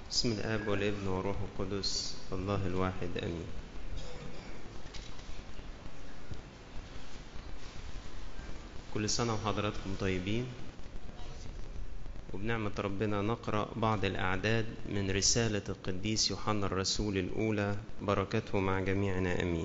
بسم الآب والابن والروح القدس الله الواحد آمين. كل سنة وحضراتكم طيبين، وبنعمة ربنا نقرأ بعض الأعداد من رسالة القديس يوحنا الرسول الأولى، بركته مع جميعنا آمين.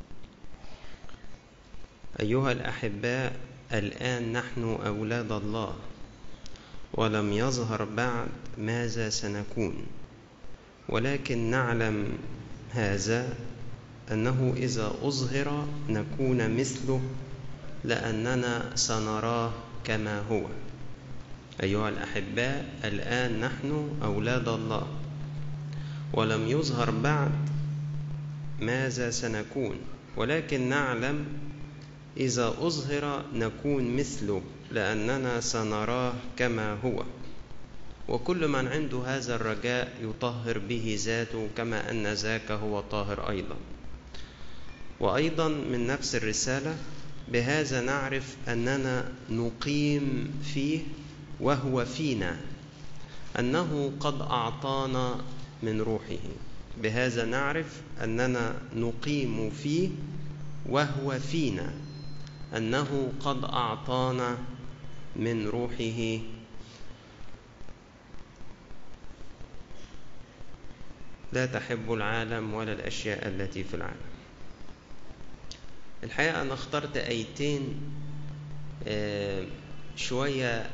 أيها الأحباء، الآن نحن أولاد الله، ولم يظهر بعد ماذا سنكون، ولكن نعلم هذا أنه إذا أظهر نكون مثله، لأننا سنراه كما هو. أيها الأحباء، الآن نحن أولاد الله، ولم يظهر بعد ماذا سنكون، ولكن نعلم إذا أظهر نكون مثله، لأننا سنراه كما هو. وكل من عنده هذا الرجاء يطهر به ذاته كما أن ذاك هو طاهر أيضا. وأيضا من نفس الرسالة: بهذا نعرف أننا نقيم فيه وهو فينا، أنه قد أعطانا من روحه. بهذا نعرف أننا نقيم فيه وهو فينا، أنه قد أعطانا من روحه. لا تحب العالم ولا الأشياء التي في العالم. الحقيقة أنا اخترت آيتين شوية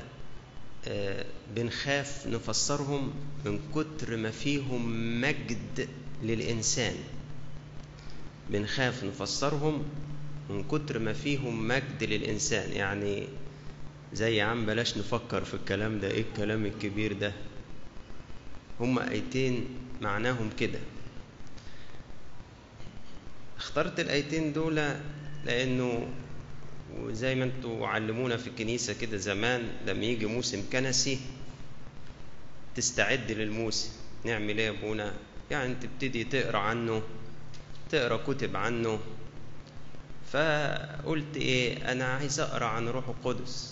بنخاف نفسرهم من كتر ما فيهم مجد للإنسان. بنخاف نفسرهم من كتر ما فيهم مجد للإنسان. يعني زي عم بلاش نفكر في الكلام ده، إيه الكلام الكبير ده؟ هما آيتين معناهم كده. اخترت الآيتين دول لأنه وزي ما انتوا علمونا في الكنيسة كده زمان، لما يجي موسم كنسي تستعد للموسم. نعمل ايه يا ابونا؟ يعني تبتدي تقرأ عنه، تقرأ كتب عنه. فقلت ايه، انا عايز اقرأ عن روح القدس.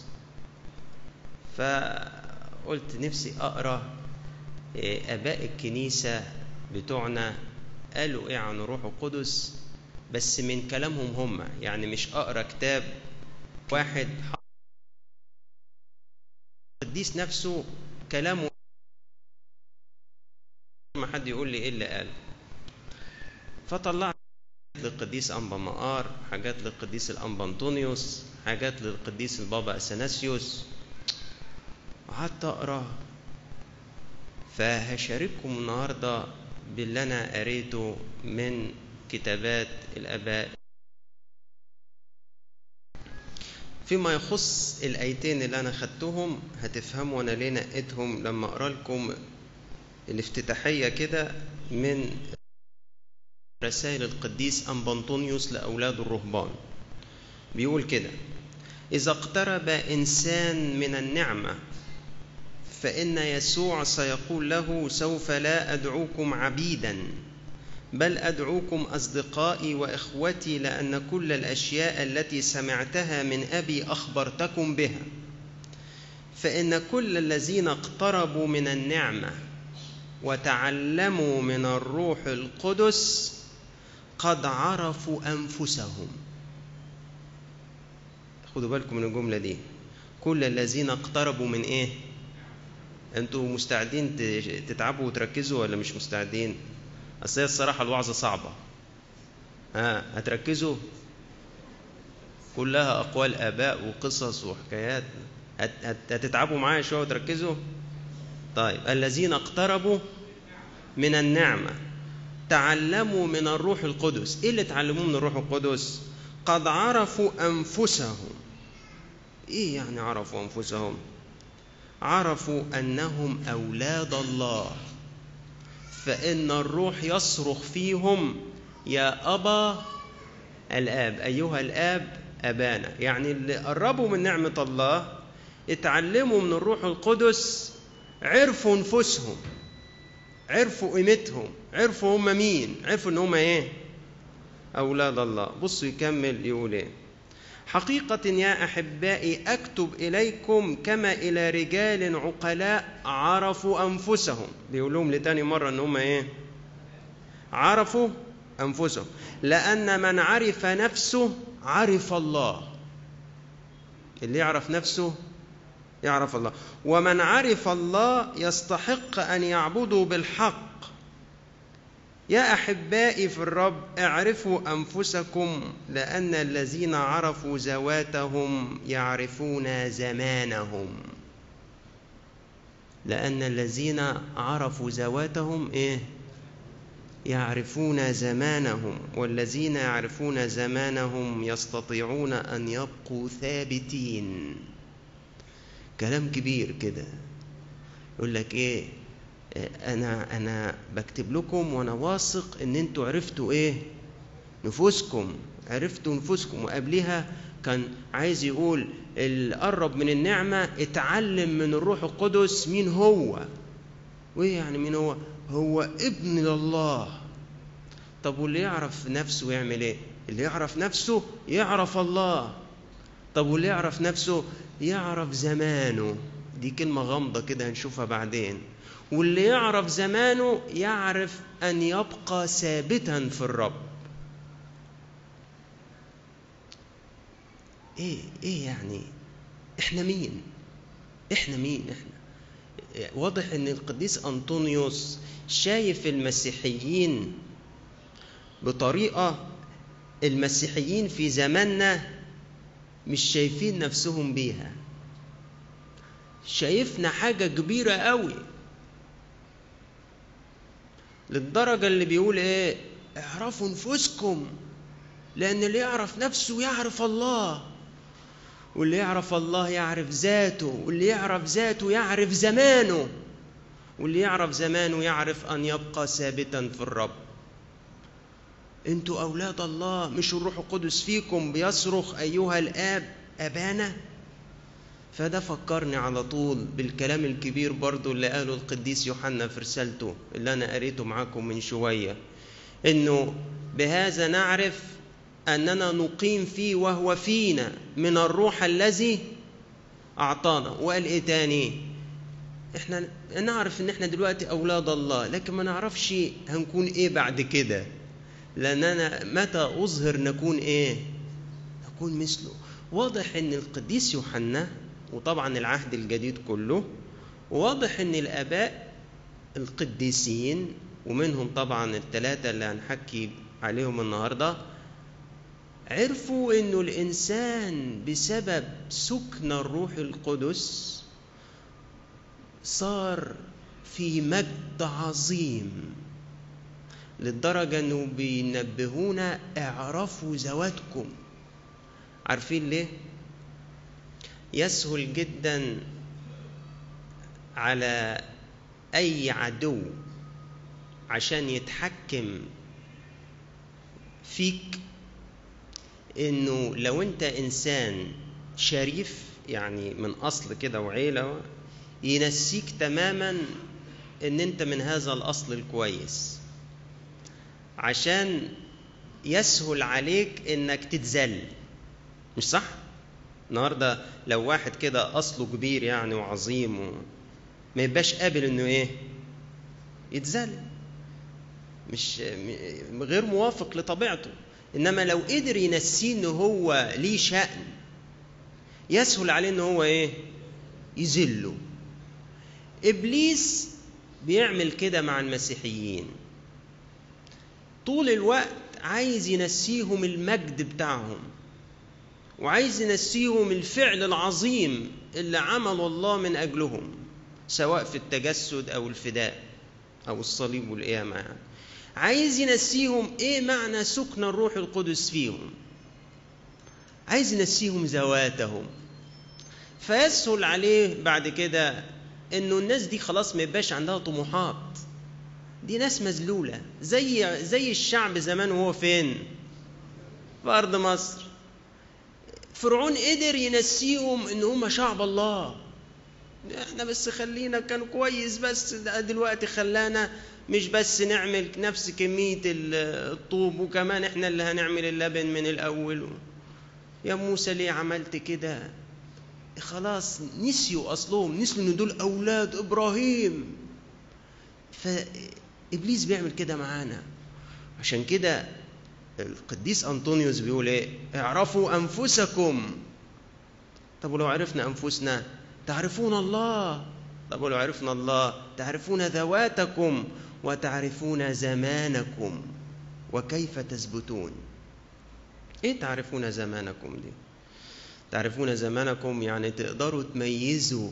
فقلت نفسي اقرأ اباء الكنيسة بتوعنا قالوا ايه عن روح القدس، بس من كلامهم هم. يعني مش اقرأ كتاب واحد القديس نفسه كلامه، ما حد يقول لي ايه اللي قال. فطلعت للقديس أنبا مقار، حاجات للقديس الأنبا أنطونيوس، حاجات للقديس البابا أثناسيوس، وقعدت أقرأ. فهشارككم النهاردة باللي أنا قريته من كتابات الآباء فيما يخص الآيتين اللي أنا خدتهم. هتفهموا أنا ليه نقيتهم لما أقرأ لكم الافتتاحية كده من رسائل القديس أنبا أنطونيوس لأولاد الرهبان. بيقول كده: إذا اقترب إنسان من النعمة فإن يسوع سيقول له: سوف لا أدعوكم عبيدا، بل أدعوكم أصدقائي وإخوتي، لأن كل الأشياء التي سمعتها من أبي أخبرتكم بها. فإن كل الذين اقتربوا من النعمة وتعلموا من الروح القدس قد عرفوا أنفسهم. خدوا بالكم من الجملة دي، كل الذين اقتربوا من إيه؟ أنتوا مستعدين تتعبوا وتركزوا ولا مش مستعدين؟ أصل هي الصراحة الوعظة صعبة. هتركزوا؟ كلها أقوال آباء وقصص وحكايات. هتتعبوا معايا شوية وتركزوا؟ طيب، الذين اقتربوا من النعمة تعلموا من الروح القدس. إيه اللي تعلموه من الروح القدس؟ قد عرفوا أنفسهم. إيه يعني عرفوا أنفسهم؟ عرفوا أنهم أولاد الله، فإن الروح يصرخ فيهم: يا أبا الآب، أيها الآب أبانا. يعني اللي قربوا من نعمة الله اتعلموا من الروح القدس، عرفوا أنفسهم، عرفوا قيمتهم، عرفوا هم مين، عرفوا إن هم إيه؟ أولاد الله. بصوا يكمل يقول إيه: حقيقة يا أحبائي أكتب إليكم كما إلى رجال عقلاء عرفوا أنفسهم. بيقول لهم لتاني مرة إن هم إيه؟ عرفوا أنفسهم، لأن من عرف نفسه عرف الله. اللي يعرف نفسه يعرف الله، ومن عرف الله يستحق أن يعبده بالحق. يا أحبائي في الرب اعرفوا أنفسكم، لأن الذين عرفوا ذواتهم يعرفون زمانهم. لأن الذين عرفوا ذواتهم إيه؟ يعرفون زمانهم، والذين يعرفون زمانهم يستطيعون أن يبقوا ثابتين. كلام كبير كده. يقول لك إيه؟ أنا بكتب لكم وأنا واثق إن أنتوا عرفتوا إيه؟ نفوسكم. عرفتوا نفوسكم. وقبلها كان عايز يقول اللي قرب من النعمة اتعلم من الروح القدس مين هو. وإيه يعني مين هو؟ هو ابن الله. طب واللي يعرف نفسه يعمل إيه؟ اللي يعرف نفسه يعرف الله. طب واللي يعرف نفسه يعرف زمانه. دي كلمة غامضة كده هنشوفها بعدين. واللي يعرف زمانه يعرف أن يبقى ثابتا في الرب. إيه يعني؟ إحنا مين؟ إحنا واضح أن القديس أنطونيوس شايف المسيحيين بطريقة المسيحيين في زماننا مش شايفين نفسهم بيها. شايفنا حاجة كبيرة قوي، للدرجة اللي بيقول إيه؟ اعرفوا نفوسكم، لأن اللي يعرف نفسه يعرف الله، واللي يعرف الله يعرف ذاته، واللي يعرف ذاته يعرف زمانه، واللي يعرف زمانه يعرف أن يبقى ثابتا في الرب. أنتوا أولاد الله، مش الروح القدس فيكم بيصرخ أيها الآب أبانا؟ فده فكرني على طول بالكلام الكبير برضو اللي قاله القديس يوحنا في رسالته اللي أنا قريته معاكم من شوية، إنه بهذا نعرف أننا نقيم فيه وهو فينا من الروح الذي أعطانا. وقال إيه تاني؟ إحنا نعرف إن إحنا دلوقتي أولاد الله، لكن ما نعرفش هنكون إيه بعد كده، لأننا متى أظهر نكون إيه؟ نكون مثله. واضح إن القديس يوحنا وطبعا العهد الجديد كله، واضح إن الآباء القديسين ومنهم طبعا الثلاثة اللي هنحكي عليهم النهاردة عرفوا إنه الإنسان بسبب سكن الروح القدس صار في مجد عظيم، للدرجة إنه بينبهونا اعرفوا ذواتكم. عارفين ليه؟ يسهل جدا على أي عدو عشان يتحكم فيك إنه لو أنت إنسان شريف يعني من أصل كده وعيلة، ينسيك تماما إن أنت من هذا الأصل الكويس، عشان يسهل عليك إنك تتذل. مش صح؟ النهاردة لو واحد كده أصله كبير يعني وعظيم ما يبقاش قابل إنه إيه؟ يتذل، مش غير موافق لطبيعته. إنما لو قدر ينسيه إنه هو ليه شأن، يسهل عليه إنه هو إيه؟ يذله. إبليس بيعمل كده مع المسيحيين طول الوقت، عايز ينسيهم المجد بتاعهم، وعايز ينسيهم الفعل العظيم اللي عمل الله من أجلهم، سواء في التجسد أو الفداء أو الصليب والقيامة. يعني عايز ينسيهم إيه معنى سكن الروح القدس فيهم، عايز ينسيهم ذواتهم. فيسهل عليه بعد كده إنه الناس دي خلاص ما يبقاش عندها طموحات، دي ناس مذلولة زي الشعب زمان وهو فين؟ في أرض مصر. فرعون قدر ينسيهم إن هم شعب الله، احنا بس خلينا كان كويس، بس دلوقتي خلانا مش بس نعمل نفس كمية الطوب، وكمان احنا اللي هنعمل اللبن من الأول. يا موسى ليه عملت كده؟ خلاص نسيوا أصلهم، نسيوا إن دول أولاد إبراهيم. فإبليس بيعمل كده معانا. عشان كده القديس أنطونيوس بيقول إيه؟ اعرفوا أنفسكم. طب ولو عرفنا أنفسنا تعرفون الله. طب ولو عرفنا الله تعرفون ذواتكم وتعرفون زمانكم وكيف تثبتون. إيه تعرفون زمانكم دي؟ تعرفون زمانكم يعني تقدروا تميزوا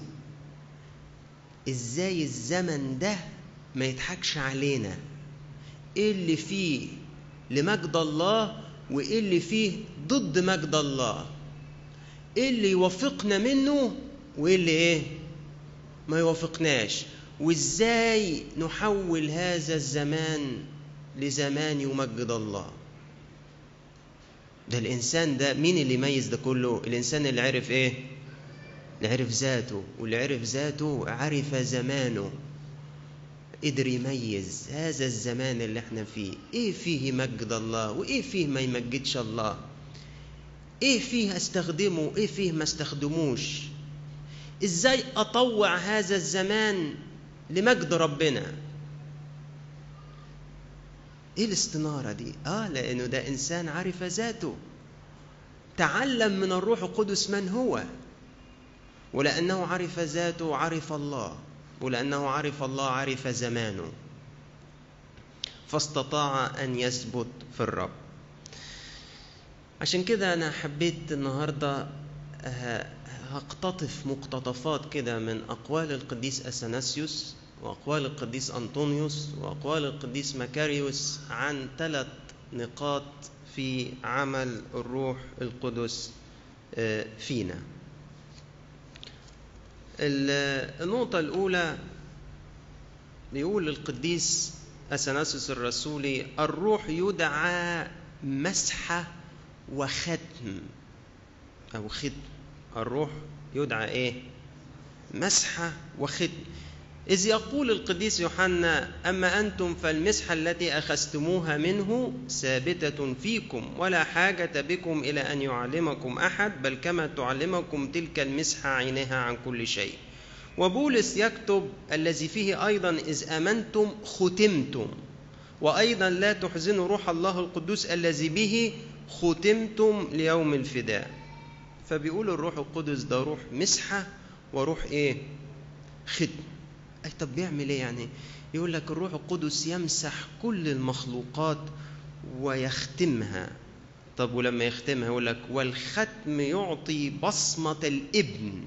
إزاي الزمن ده ما يضحكش علينا، إيه اللي فيه لمجد الله وإيه اللي فيه ضد مجد الله، إيه اللي يوافقنا منه وإيه اللي ما يوافقناش، وإزاي نحول هذا الزمان لزمان يمجد الله. ده الإنسان ده مين اللي يميز ده كله؟ الإنسان اللي عرف اللي عرف ذاته، واللي عرف ذاته عرف زمانه، قدر يميز هذا الزمان اللي احنا فيه ايه فيه مجد الله وايه فيه ما يمجدش الله، ايه فيه استخدمه ايه فيه ما استخدموش، ازاي اطوع هذا الزمان لمجد ربنا. ايه الاستنارة دي؟ لانه ده انسان عرف ذاته، تعلم من الروح القدس من هو، ولانه عرف ذاته عرف الله، ولأنه عرف الله عرف زمانه، فاستطاع أن يثبت في الرب. عشان كده أنا حبيت النهاردة هقتطف مقتطفات كده من أقوال القديس أثناسيوس وأقوال القديس أنطونيوس وأقوال القديس مكاريوس عن 3 نقاط في عمل الروح القدس فينا. النقطة الأولى بيقول القديس أثناسيوس الرسولي: الروح يدعى مسحة وختم أو ختم. الروح يدعى مسحة وختم. إذ يقول القديس يوحنا: أما أنتم فالمسحة التي أخذتموها منه ثابتة فيكم ولا حاجة بكم إلى أن يعلمكم أحد، بل كما تعلمكم تلك المسحة عينها عن كل شيء. وبولس يكتب: الذي فيه أيضا إذ أمنتم ختمتم، وأيضا لا تحزنوا روح الله القدوس الذي به ختمتم ليوم الفداء. فبيقول الروح القدس ده روح مسحة وروح ختم. طب بيعمل يعني؟ يقول لك الروح القدس يمسح كل المخلوقات ويختمها. طب ولما يختمها يقول لك: والختم يعطي بصمة الابن.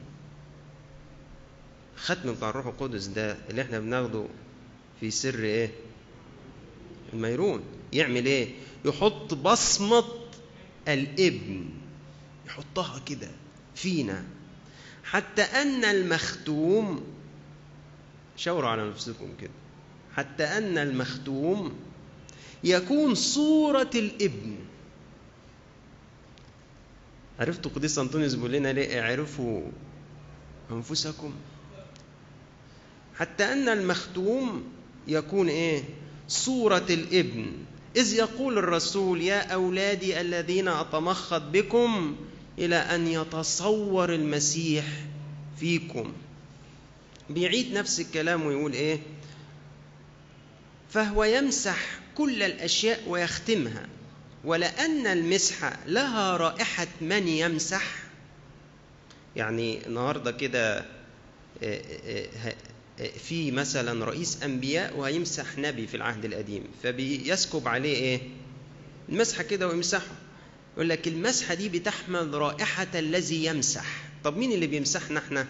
ختم بتاع الروح القدس ده اللي احنا بناخده في سر الميرون، يعمل يحط بصمة الابن، يحطها كده فينا، حتى أن المختوم، شاوروا على نفسكم كده، حتى أن المختوم يكون صورة الابن. عرفتوا قديس أنطونيوس بيقول لنا ليه؟ اعرفوا أنفسكم. حتى أن المختوم يكون صورة الابن. إذ يقول الرسول: يا أولادي الذين أتمخض بكم إلى أن يتصور المسيح فيكم. بيعيد نفس الكلام ويقول فهو يمسح كل الأشياء ويختمها، ولأن المسحة لها رائحة من يمسح. يعني النهاردة كده في مثلا رئيس أنبياء وهيمسح نبي في العهد القديم، فبيسكب عليه المسحة كده ويمسحه. يقول لك المسحة دي بتحمل رائحة الذي يمسح. طب مين اللي بيمسحنا احنا؟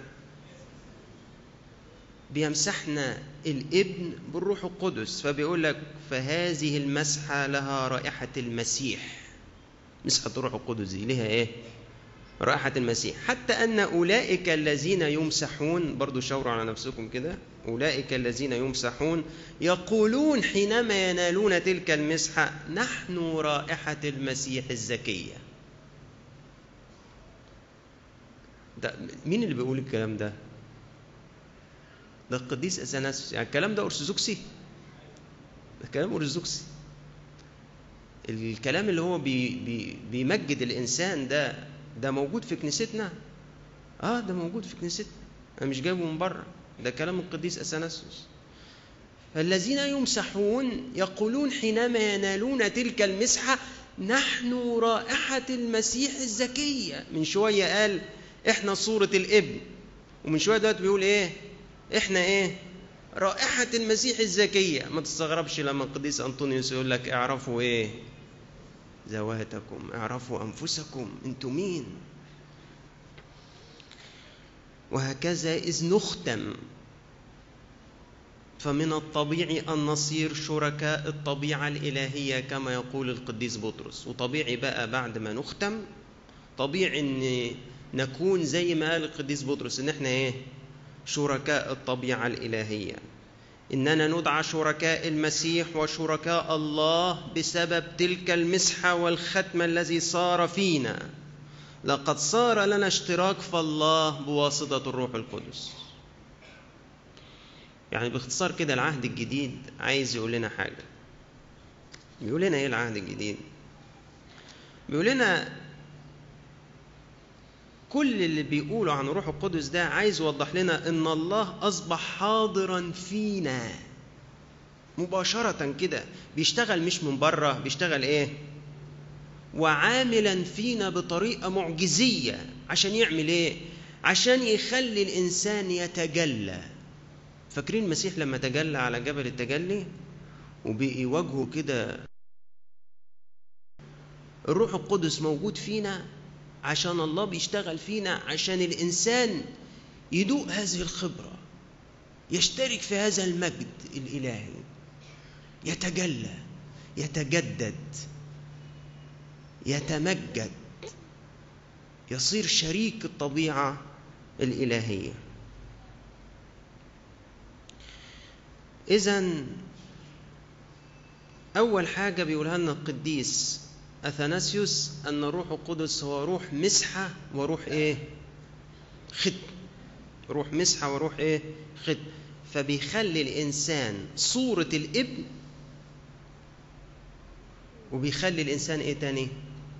بيمسحنا الابن بالروح القدس. فبيقول لك فهذه المسحة لها رائحة المسيح. مسحة الروح القدس دي لها رائحة المسيح. حتى أن أولئك الذين يمسحون، برضو شاوروا على نفسكم كده، أولئك الذين يمسحون يقولون حينما ينالون تلك المسحة: نحن رائحة المسيح الزكية. ده مين اللي بيقول الكلام ده؟ ده القديس أثناسيوس. يعني الكلام ده أرثوذكسي، ده كلام أرثوذكسي. الكلام اللي هو بيمجد الإنسان ده ده موجود في كنيستنا. ده موجود في كنيستنا، أنا مش جايبه من بره، ده كلام القديس أثناسيوس. الذين يمسحون يقولون حينما ينالون تلك المسحة نحن رائحة المسيح الزكية. من شوية قال إحنا صورة الابن، ومن شوية دلوقتي بيقول إيه؟ إحنا إيه؟ رائحة المسيح الزكية. ما تستغربش لما القديس أنطونيوس يقول لك اعرفوا إيه؟ ذواتكم، اعرفوا أنفسكم، أنتم مين؟ وهكذا إذ نختم فمن الطبيعي أن نصير شركاء الطبيعة الإلهية كما يقول القديس بطرس. وطبيعي بقى بعد ما نختم، طبيعي أن نكون زي ما قال القديس بطرس إن إحنا إيه؟ شركاء الطبيعة الإلهية، إننا ندعى شركاء المسيح وشركاء الله بسبب تلك المسحة والختم الذي صار فينا. لقد صار لنا اشتراك في الله بواسطة الروح القدس. يعني باختصار كده العهد الجديد عايز يقول لنا حاجة. بيقول لنا إيه العهد الجديد؟ بيقول لنا كل اللي بيقولوا عن الروح القدس ده عايز يوضح لنا إن الله أصبح حاضرا فينا مباشرة كده، بيشتغل مش من بره، بيشتغل إيه؟ وعاملا فينا بطريقة معجزية. عشان يعمل إيه؟ عشان يخلي الإنسان يتجلى. فاكرين المسيح لما تجلى على جبل التجلي وبقي وجهه كده؟ الروح القدس موجود فينا عشان الله بيشتغل فينا، عشان الإنسان يدوق هذه الخبرة، يشترك في هذا المجد الإلهي، يتجلى، يتجدد، يتمجد، يصير شريك الطبيعة الإلهية. إذن أول حاجة بيقولها لنا القديس أثناسيوس أن الروح القدس هو روح مسحة وروح إيه؟ ختم. روح مسحة وروح إيه؟ ختم. فبيخلي الإنسان صورة الابن، وبيخلي الإنسان إيه تاني؟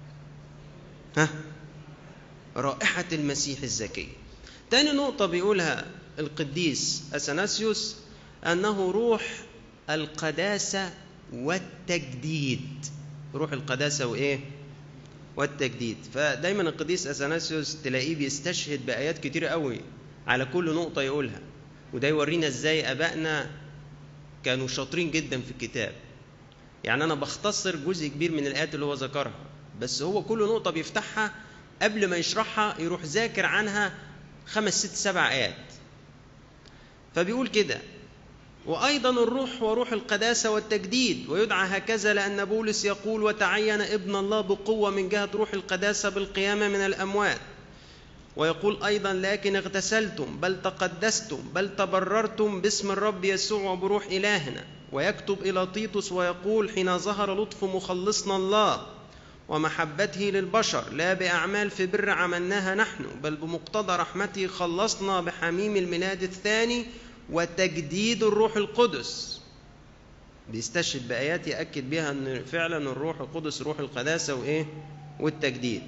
رائحة المسيح الزكي. تاني نقطة بيقولها القديس أثناسيوس أنه روح القداسة والتجديد. روح القداسة وإيه؟ والتجديد. فدايما القديس أثناسيوس تلاقيه بيستشهد بآيات كتير قوي على كل نقطة يقولها، وده يورينا إزاي أبائنا كانوا شاطرين جدا في الكتاب. يعني أنا بختصر جزء كبير من الآيات اللي هو ذكرها، بس هو كل نقطة بيفتحها قبل ما يشرحها يروح ذاكر عنها 5 6 7 آيات. فبيقول كده: وأيضا الروح وروح القداسة والتجديد، ويدعى هكذا لأن بولس يقول: وتعين ابن الله بقوة من جهة روح القداسة بالقيامة من الأموات. ويقول أيضا: لكن اغتسلتم بل تقدستم بل تبررتم باسم الرب يسوع وبروح إلهنا. ويكتب إلى تيتوس ويقول: حين ظهر لطف مخلصنا الله ومحبته للبشر لا بأعمال في بر عملناها نحن، بل بمقتضى رحمته خلصنا بحميم الميلاد الثاني وتجديد الروح القدس. بيستشهد بآيات يأكد بها أن فعلا الروح القدس روح القداسة وإيه؟ والتجديد.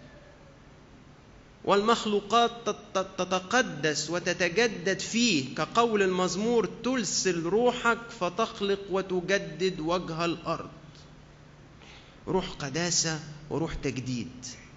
والمخلوقات تتقدس وتتجدد فيه، كقول المزمور: ترسل روحك فتخلق وتجدد وجه الأرض. روح قداسة وروح تجديد.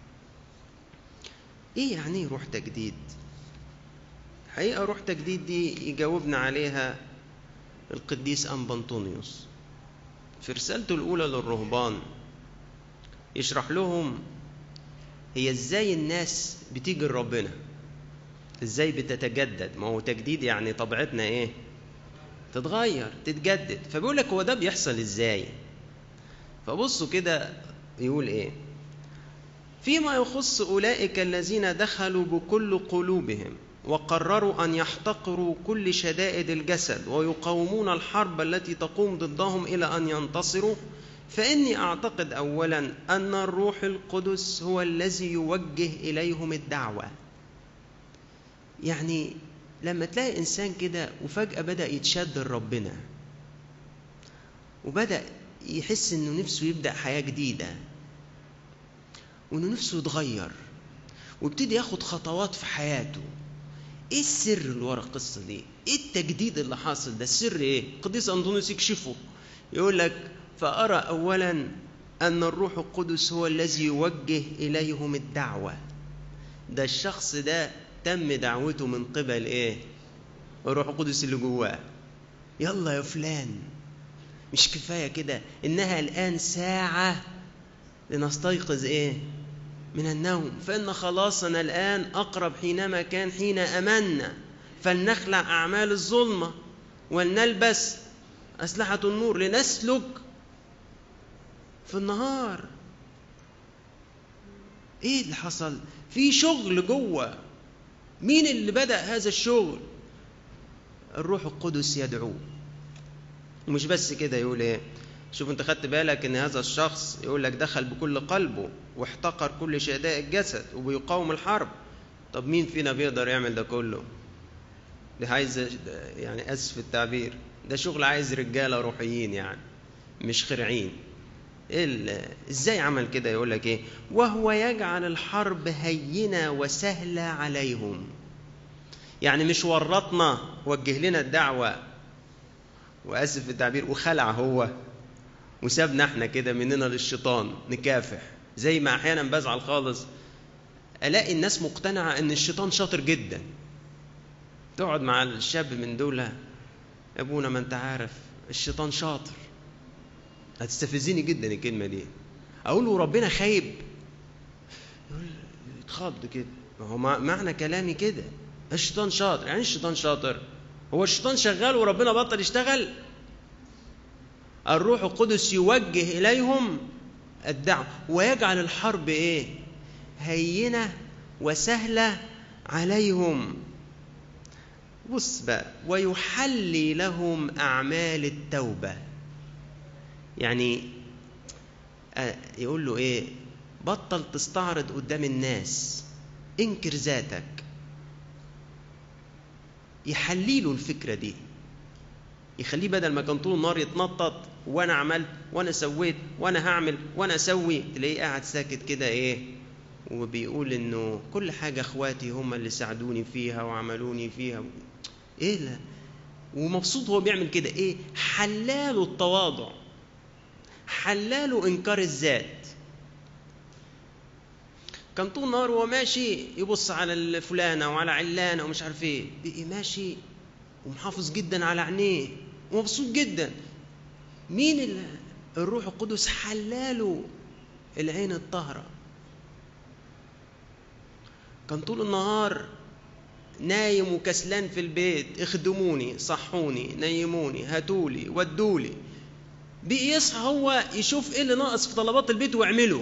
إيه يعني روح تجديد؟ حقيقة روح تجديد دي يجاوبنا عليها القديس أنبنطونيوس في رسالته الأولى للرهبان، يشرح لهم هي إزاي الناس بتيجي لربنا، إزاي بتتجدد. ما هو تجديد يعني طبيعتنا إيه؟ تتغير، تتجدد. فبيقول لك هو ده بيحصل إزاي؟ فبصوا كده يقول إيه: فيما يخص أولئك الذين دخلوا بكل قلوبهم وقرروا أن يحتقروا كل شدائد الجسد ويقاومون الحرب التي تقوم ضدهم إلى أن ينتصروا، فإني أعتقد أولا أن الروح القدس هو الذي يوجه إليهم الدعوة. يعني لما تلاقي إنسان كده وفجأة بدأ يتشد لربنا وبدأ يحس إنه نفسه يبدأ حياة جديدة وإنه نفسه يتغير، ويبتدي ياخد خطوات في حياته. ايه السر اللي ورا القصة دي؟ ايه التجديد اللي حاصل ده؟ السر ايه؟ القديس أنطونيوس يكشفه، يقول لك: فأرى أولا أن الروح القدس هو الذي يوجه إليهم الدعوة. ده الشخص ده تم دعوته من قبل ايه؟ الروح القدس اللي جواه. يلا يا فلان، مش كفاية كده إنها الآن ساعة لنستيقظ إيه؟ من النوم، فإن خلاصنا الآن أقرب حينما كان حين أمنا، فلنخلع أعمال الظلمة ولنلبس أسلحة النور لنسلك في النهار. إيه اللي حصل؟ في شغل جوه. مين اللي بدأ هذا الشغل؟ الروح القدس يدعوه. ومش بس كده، يقول ايه؟ شوف انت خدت بالك ان هذا الشخص يقول لك دخل بكل قلبه واحتقر كل شهداء الجسد وبيقاوم الحرب. طب مين فينا بيقدر يعمل ده كله؟ ده عايز، يعني اسف التعبير، ده شغل عايز رجاله روحيين يعني، مش خرعين. ازاي عمل كده؟ يقول لك ايه؟ وهو يجعل الحرب هينه وسهله عليهم. يعني مش ورطنا، وجه لنا الدعوه، واسف في التعبير، وخلع هو وسابنا احنا كده مننا للشيطان نكافح. زي ما احيانا بزعل خالص الاقي الناس مقتنعه ان الشيطان شاطر جدا. تقعد مع الشاب من دول: يا ابونا ما انت عارف الشيطان شاطر. هتستفزني جدا الكلمه دي. اقول له ربنا خايب؟ يقول يتخض كده. ما هو معنى كلامي كده، الشيطان شاطر. يعني الشيطان شاطر؟ هو الشيطان شغال وربنا بطل يشتغل؟ الروح القدس يوجه إليهم الدعوة ويجعل الحرب إيه؟ هينة وسهلة عليهم. بص بقى: ويحلي لهم أعمال التوبة. يعني يقول له إيه؟ بطل تستعرض قدام الناس، انكر ذاتك. يحلي له الفكرة دي، يخليه بدل ما كان طول النهار يتنطط وانا عملت وانا سويت وانا هعمل وانا اسوي، تلاقيه قاعد ساكت كده ايه، وبيقول انه كل حاجه اخواتي هم اللي ساعدوني فيها وعملوني فيها. ايه لا، ومبسوط هو بيعمل كده. ايه؟ حلاله التواضع، حلاله انكار الذات. كان طول النهار وهو ماشي يبص على الفلانه وعلى علانه ومش عارف ايه، بقي ماشي ومحافظ جدا على عينيه ومبسوط جدا. مين الروح القدس حلاله العين الطاهرة. كان طول النهار نايم وكسلان في البيت: اخدموني، صحوني، نيموني، هاتولي، ودولي. بقي يصحى هو يشوف ايه اللي ناقص في طلبات البيت ويعمله،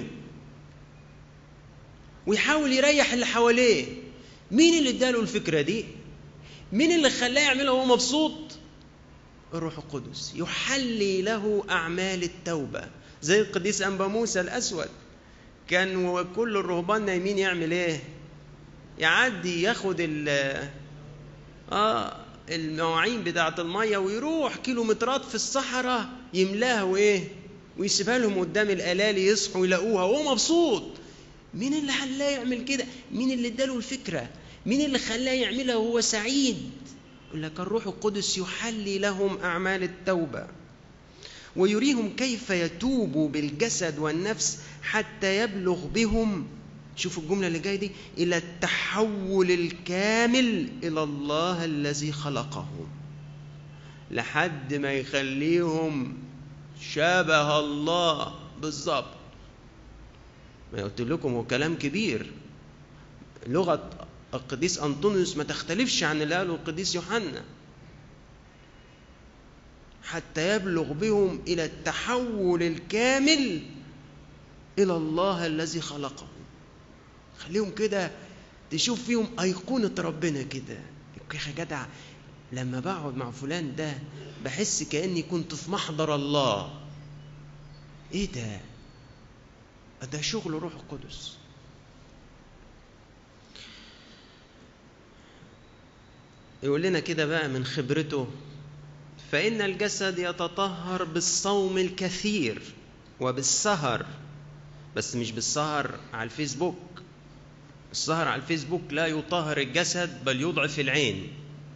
ويحاول يريح اللي حواليه. مين اللي اداله الفكرة دي؟ مين اللي خلاه يعملها وهو مبسوط؟ الروح القدس. يحلي له أعمال التوبة. زي القديس أنبا موسى الأسود، كان وكل الرهبان نايمين يعمل ايه؟ يعدي ياخد المواعين بتاعة المية ويروح كيلومترات في الصحراء يملاها وايه، ويسيبها لهم قدام الألالي يصحوا يلاقوها وهو مبسوط. مين اللي خلاه يعمل كده؟ مين اللي اداله الفكرة؟ مين اللي خلاه يعملها وهو سعيد؟ يقول لك الروح القدس يحلي لهم أعمال التوبة ويريهم كيف يتوبوا بالجسد والنفس حتى يبلغ بهم، شوفوا الجملة اللي جاية دي، إلى التحول الكامل إلى الله الذي خلقهم. لحد ما يخليهم شبه الله بالضبط. ما قلت لكم هو كلام كبير. لغة القديس أنطونيوس ما تختلفش عن اللي قاله القديس يوحنا: حتى يبلغ بهم إلى التحول الكامل إلى الله الذي خلقهم. خليهم كده تشوف فيهم أيقونة ربنا كده. يا جدع، لما بقعد مع فلان ده بحس كأني كنت في محضر الله. إيه ده؟ ده شغل روح القدس. يقول لنا كده بقى من خبرته: فإن الجسد يتطهر بالصوم السهر على الفيسبوك لا يطهر الجسد بل يضعف العين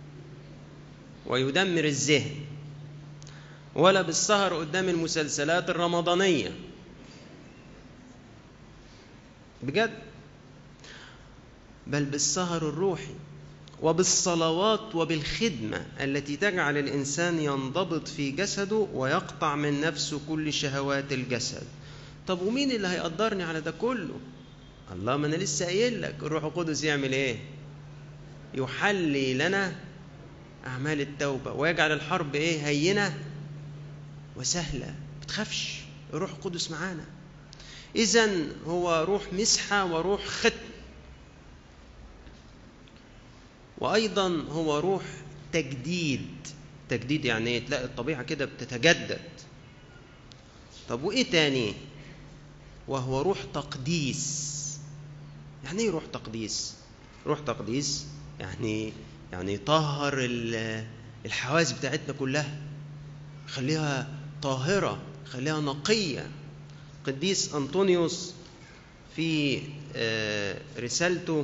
ويدمر الذهن، ولا بالسهر قدام المسلسلات الرمضانية بجد، بل بالسهر الروحي وبالصلوات وبالخدمة التي تجعل الإنسان ينضبط في جسده ويقطع من نفسه كل شهوات الجسد. طب ومين اللي هيقدرني على ده كله؟ الله، ما أنا لسه قايل لك الروح القدس يعمل إيه؟ يحلي لنا أعمال التوبة ويجعل الحرب إيه؟ هينة وسهلة. بتخافش، الروح القدس معانا. إذن هو روح مسحة وروح ختم، وأيضا هو روح تجديد. تجديد يعني إيه؟ تلاقي الطبيعة كده بتتجدد. طب وإيه تاني؟ وهو روح تقديس. يعني إيه روح تقديس؟ روح تقديس يعني طهر الحواس بتاعتنا كلها، خليها طاهرة، خليها نقية. قديس أنطونيوس في رسالته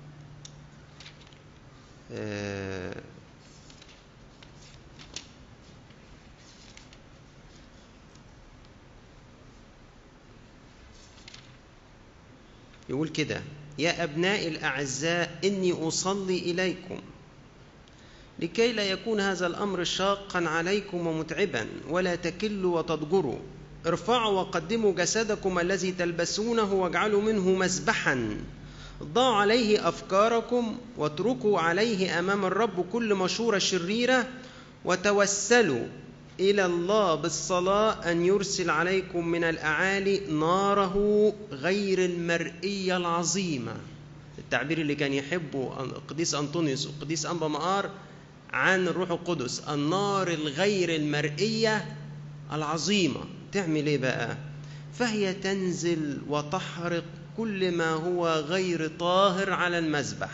يقول كده: يا أبنائي الأعزاء، إني أصلي إليكم لكي لا يكون هذا الأمر شاقا عليكم ومتعبا، ولا تكلوا وتضجروا. ارفعوا وقدموا جسدكم الذي تلبسونه واجعلوا منه مذبحا ضاع عليه أفكاركم، واتركوا عليه أمام الرب كل مشورة شريرة، وتوسلوا إلى الله بالصلاة أن يرسل عليكم من الأعالي ناره غير المرئية العظيمة. التعبير اللي كان يحبه القديس أنطونيوس والقديس أنبا مقار عن الروح القدس، النار الغير المرئية العظيمة. تعمل إيه بقى؟ فهي تنزل وتحرق كل ما هو غير طاهر على المذبح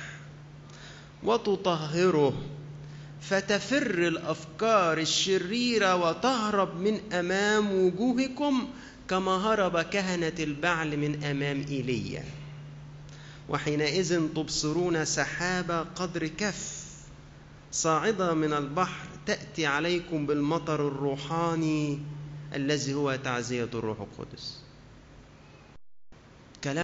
وتطهره، فتفر الأفكار الشريرة وتهرب من أمام وجوهكم كما هرب كهنة البعل من أمام إيليا. وحينئذ تبصرون سحابة قدر كف صاعدة من البحر تأتي عليكم بالمطر الروحاني الذي هو تعزية الروح القدس. كلام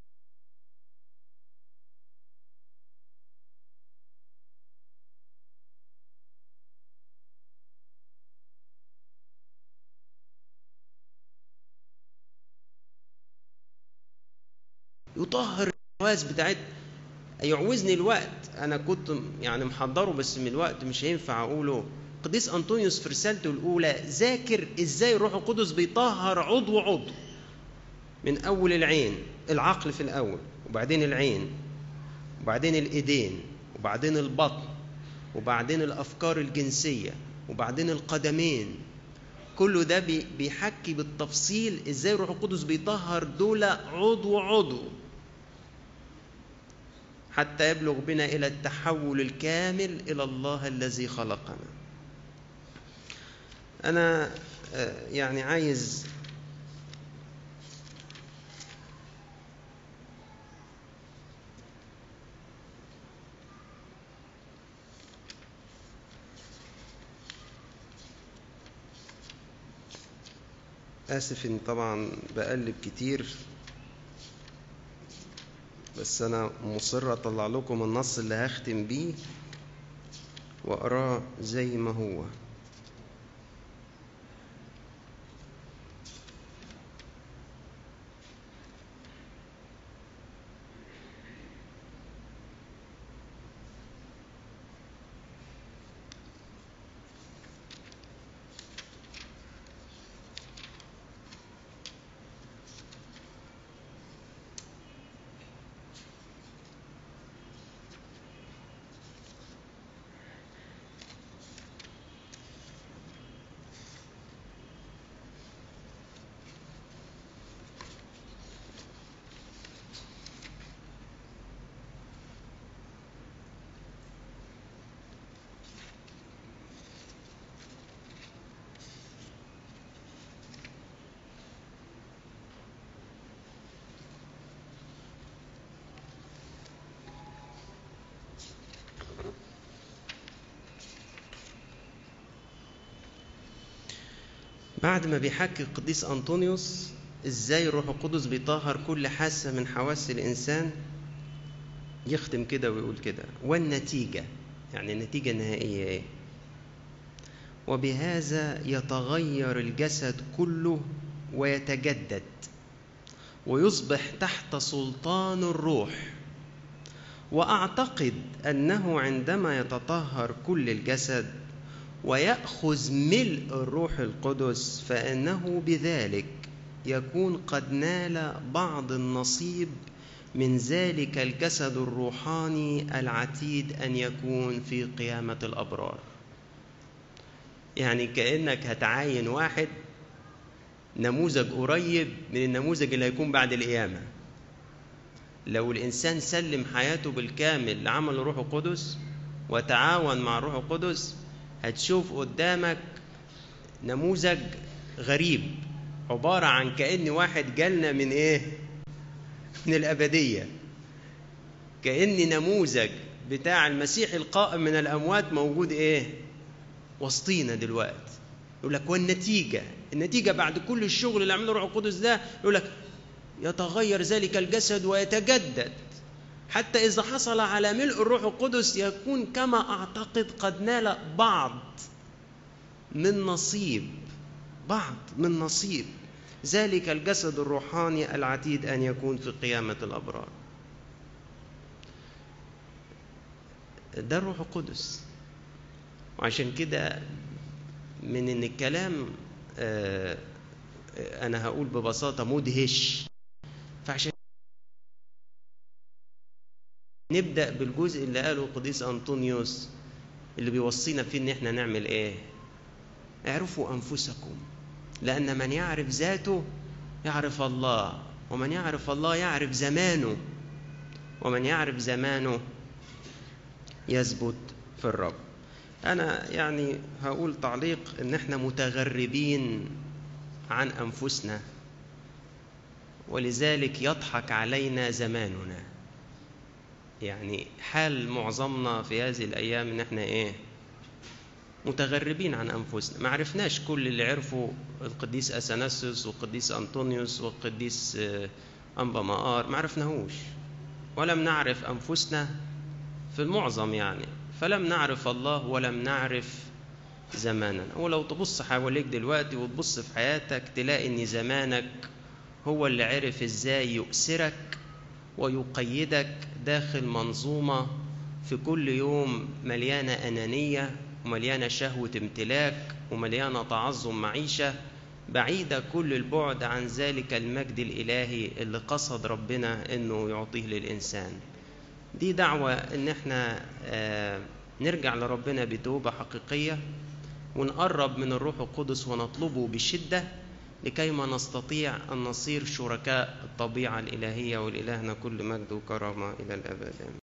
يطهر الحواس بتاعت. يعوزني الوقت، أنا كنت محضره بس من الوقت مش هينفع أقوله. قديس أنطونيوس في رسالته الأولى ذاكر إزاي الروح القدس بيطهر عضو عضو، من أول العين، العقل في الأول، وبعدين العين، وبعدين الإيدين، وبعدين البطن، وبعدين الأفكار الجنسية، وبعدين القدمين. كله ده بيحكي بالتفصيل إزاي الروح القدس بيطهر دول عضو عضو حتى يبلغ بنا إلى التحول الكامل إلى الله الذي خلقنا. أنا عايز آسف إن طبعا بقلب كتير، بس أنا مصر أطلع لكم النص اللي هختم بيه وأقراه زي ما هو. بعد ما بيحكي القديس أنطونيوس إزاي الروح القدس بيطهر كل حاسة من حواس الإنسان، يختم كده ويقول كده: والنتيجة، يعني النتيجة النهائية إيه؟ وبهذا يتغير الجسد كله ويتجدد ويصبح تحت سلطان الروح. وأعتقد أنه عندما يتطهر كل الجسد ويأخذ ملء الروح القدس فإنه بذلك يكون قد نال بعض النصيب من ذلك الجسد الروحاني العتيد أن يكون في قيامة الأبرار. يعني كأنك هتعاين واحد نموذج قريب من النموذج اللي هيكون بعد القيامة. لو الإنسان سلم حياته بالكامل لعمل الروح القدس وتعاون مع الروح القدس، هتشوف قدامك نموذج غريب، عبارة عن كأن واحد جالنا من إيه؟ من الأبدية. كأن نموذج بتاع المسيح القائم من الأموات موجود إيه؟ وسطينا دلوقتي. يقول لك النتيجة بعد كل الشغل اللي عمله الروح القدس ده، يقول لك يتغير ذلك الجسد ويتجدد، حتى إذا حصل على ملء الروح القدس يكون كما أعتقد قد نال بعض من نصيب ذلك الجسد الروحاني العتيد أن يكون في قيامة الأبرار. ده الروح القدس. وعشان كده من إن الكلام أنا هقول ببساطة مدهش، فعشان نبدأ بالجزء اللي قاله القديس أنطونيوس اللي بيوصينا فيه إن إحنا نعمل إيه؟ اعرفوا أنفسكم، لأن من يعرف ذاته يعرف الله، ومن يعرف الله يعرف زمانه، ومن يعرف زمانه يثبت في الرب. أنا يعني هقول تعليق إن إحنا متغربين عن أنفسنا، ولذلك يضحك علينا زماننا. يعني حال معظمنا في هذه الأيام إن إحنا إيه؟ متغربين عن أنفسنا. ما عرفناش كل اللي عرفوا القديس أثناسيوس والقديس أنطونيوس والقديس أنبا مقار، ما عرفناهوش، ولم نعرف أنفسنا في المعظم يعني، فلم نعرف الله ولم نعرف زماننا. ولو تبص حواليك دلوقتي وتبص في حياتك تلاقي إن زمانك هو اللي عرف إزاي يؤسرك ويقيدك داخل منظومة في كل يوم مليانة أنانية ومليانة شهوة امتلاك ومليانة تعظم معيشة، بعيدة كل البعد عن ذلك المجد الإلهي اللي قصد ربنا إنه يعطيه للإنسان. دي دعوة إن احنا نرجع لربنا بتوبة حقيقية، ونقرب من الروح القدس ونطلبه بشدة لكيما نستطيع أن نصير شركاء الطبيعة الإلهية. ولإلهنا كل مجد وكرامة إلى الأبد.